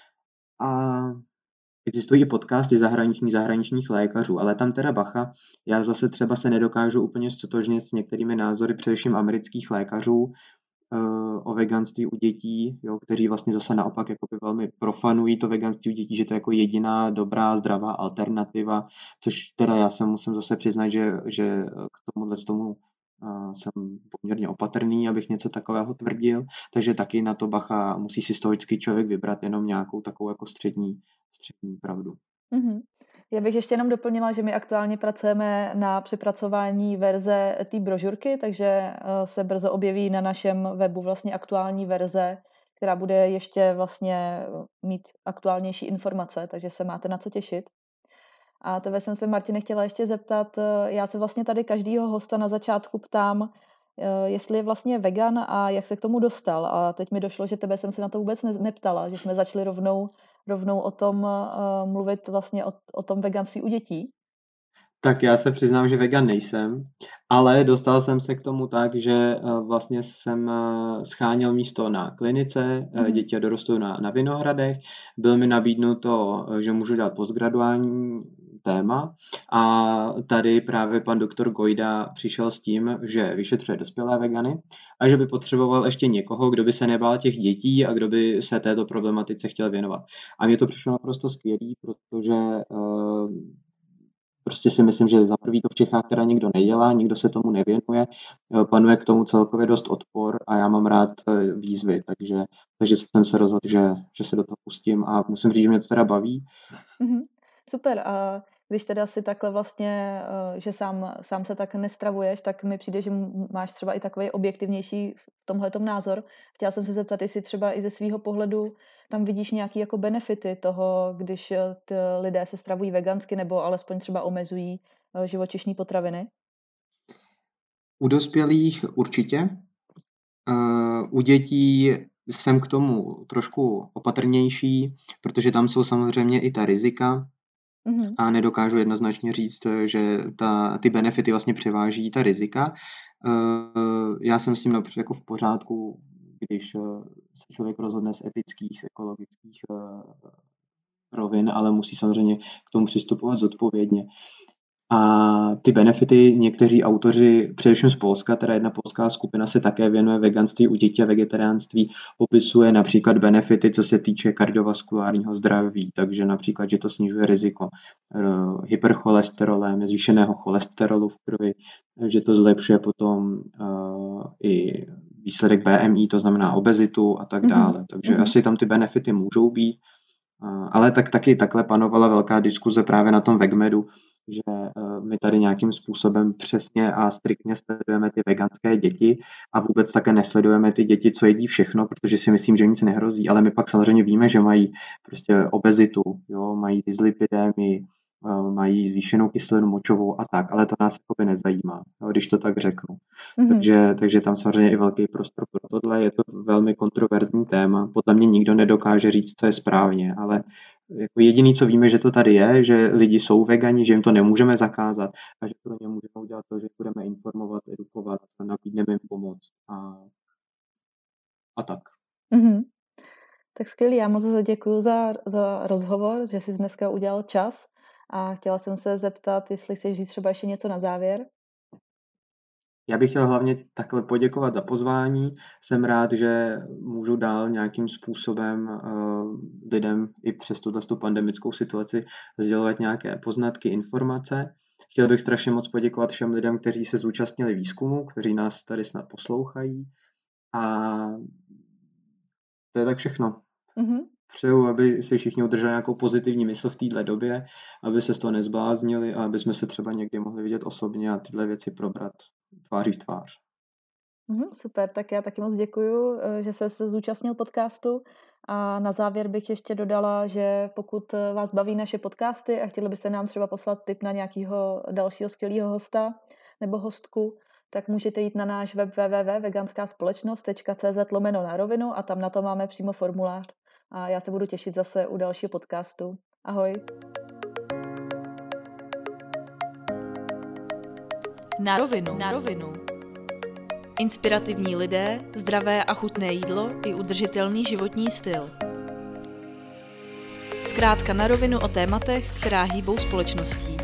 A existují i podcasty zahraničních lékařů, ale tam teda bacha, já zase třeba se nedokážu úplně ztotožnit s některými názory, především amerických lékařů, o veganství u dětí, jo, kteří vlastně zase naopak jakoby velmi profanují to veganství u dětí, že to je jako jediná dobrá, zdravá alternativa, což teda já se musím zase přiznat, že k tomu jsem poměrně opatrný, abych něco takového tvrdil, takže taky na to bacha, musí si z toho vždycky člověk vybrat jenom nějakou takovou jako střední pravdu. Mhm. Já bych ještě jenom doplnila, že my aktuálně pracujeme na přepracování verze té brožurky, takže se brzo objeví na našem webu vlastně aktuální verze, která bude ještě vlastně mít aktuálnější informace, takže se máte na co těšit. A tebe jsem se, Martine, chtěla ještě zeptat, já se vlastně tady každýho hosta na začátku ptám, jestli je vlastně vegan a jak se k tomu dostal. A teď mi došlo, že tebe jsem se na to vůbec neptala, že jsme začali rovnou o tom mluvit vlastně o tom veganství u dětí. Tak já se přiznám, že vegan nejsem, ale dostal jsem se k tomu tak, že vlastně jsem scháněl místo na klinice, děti a dorostu na Vinohradech. Bylo mi nabídnuto, že můžu dělat postgraduální téma a tady právě pan doktor Gojda přišel s tím, že vyšetřuje dospělé vegany a že by potřeboval ještě někoho, kdo by se nebál těch dětí a kdo by se této problematice chtěl věnovat. A mně to přišlo naprosto skvělý, protože prostě si myslím, že za prvý to v Čechách teda nikdo nedělá, nikdo se tomu nevěnuje, panuje k tomu celkově dost odpor a já mám rád výzvy, takže jsem se rozhodl, že se do toho pustím a musím říct, že mě to teda baví. Super. A když teda si takhle vlastně, že sám se tak nestravuješ, tak mi přijde, že máš třeba i takový objektivnější v tomhletom názor. Chtěla jsem se zeptat, jestli třeba i ze svýho pohledu tam vidíš nějaký jako benefity toho, když ty lidé se stravují vegansky nebo alespoň třeba omezují živočišní potraviny? U dospělých určitě. U dětí jsem k tomu trošku opatrnější, protože tam jsou samozřejmě i ta rizika a nedokážu jednoznačně říct, že ty benefity vlastně převáží ta rizika. Já jsem s tím jako v pořádku, když se člověk rozhodne z etických, z ekologických rovin, ale musí samozřejmě k tomu přistupovat zodpovědně. A ty benefity někteří autoři, především z Polska, teda jedna polská skupina se také věnuje veganství u dětí a vegetariánství, opisuje například benefity, co se týče kardiovaskulárního zdraví, takže například, že to snižuje riziko hypercholesterolem, zvýšeného cholesterolu v krvi, že to zlepšuje potom i výsledek BMI, to znamená obezitu a tak dále. Takže asi tam ty benefity můžou být, ale tak taky takhle panovala velká diskuze právě na tom VegMedu, že my tady nějakým způsobem přesně a striktně sledujeme ty veganské děti a vůbec také nesledujeme ty děti, co jedí všechno, protože si myslím, že nic nehrozí, ale my pak samozřejmě víme, že mají prostě obezitu, jo, mají dyslipidémii, mají zvýšenou kyselinu močovou a tak, ale to nás jakoby nezajímá, jo, když to tak řeknu. Takže tam samozřejmě i velký prostor pro tohle, je to velmi kontroverzní téma, podle mě nikdo nedokáže říct, co je správně, ale jako jediný, co víme, že to tady je, že lidi jsou vegani, že jim to nemůžeme zakázat a že pro ně můžeme udělat to, že budeme informovat, edukovat, nabídneme jim pomoc a tak. Tak skvělý, já moc děkuju za rozhovor, že jsi dneska udělal čas a chtěla jsem se zeptat, jestli chceš říct třeba ještě něco na závěr. Já bych chtěl hlavně takhle poděkovat za pozvání. Jsem rád, že můžu dál nějakým způsobem lidem i přes tuto pandemickou situaci sdělovat nějaké poznatky, informace. Chtěl bych strašně moc poděkovat všem lidem, kteří se zúčastnili výzkumu, kteří nás tady snad poslouchají. A to je tak všechno. Přeju, aby si všichni udrželi nějakou pozitivní mysl v této době, aby se z toho nezbláznili a aby jsme se třeba někdy mohli vidět osobně a tyhle věci probrat tváří v tvář. Super, tak já taky moc děkuju, že se zúčastnil podcastu a na závěr bych ještě dodala, že pokud vás baví naše podcasty a chtěli byste nám třeba poslat tip na nějakého dalšího skvělého hosta nebo hostku, tak můžete jít na náš web www.veganskaspolečnost.cz/na rovinu a tam na to máme přímo formulář. A já se budu těšit zase u dalšího podcastu. Ahoj. Na rovinu. Inspirativní lidé, zdravé a chutné jídlo i udržitelný životní styl. Zkrátka na rovinu o tématech, která hýbou společností.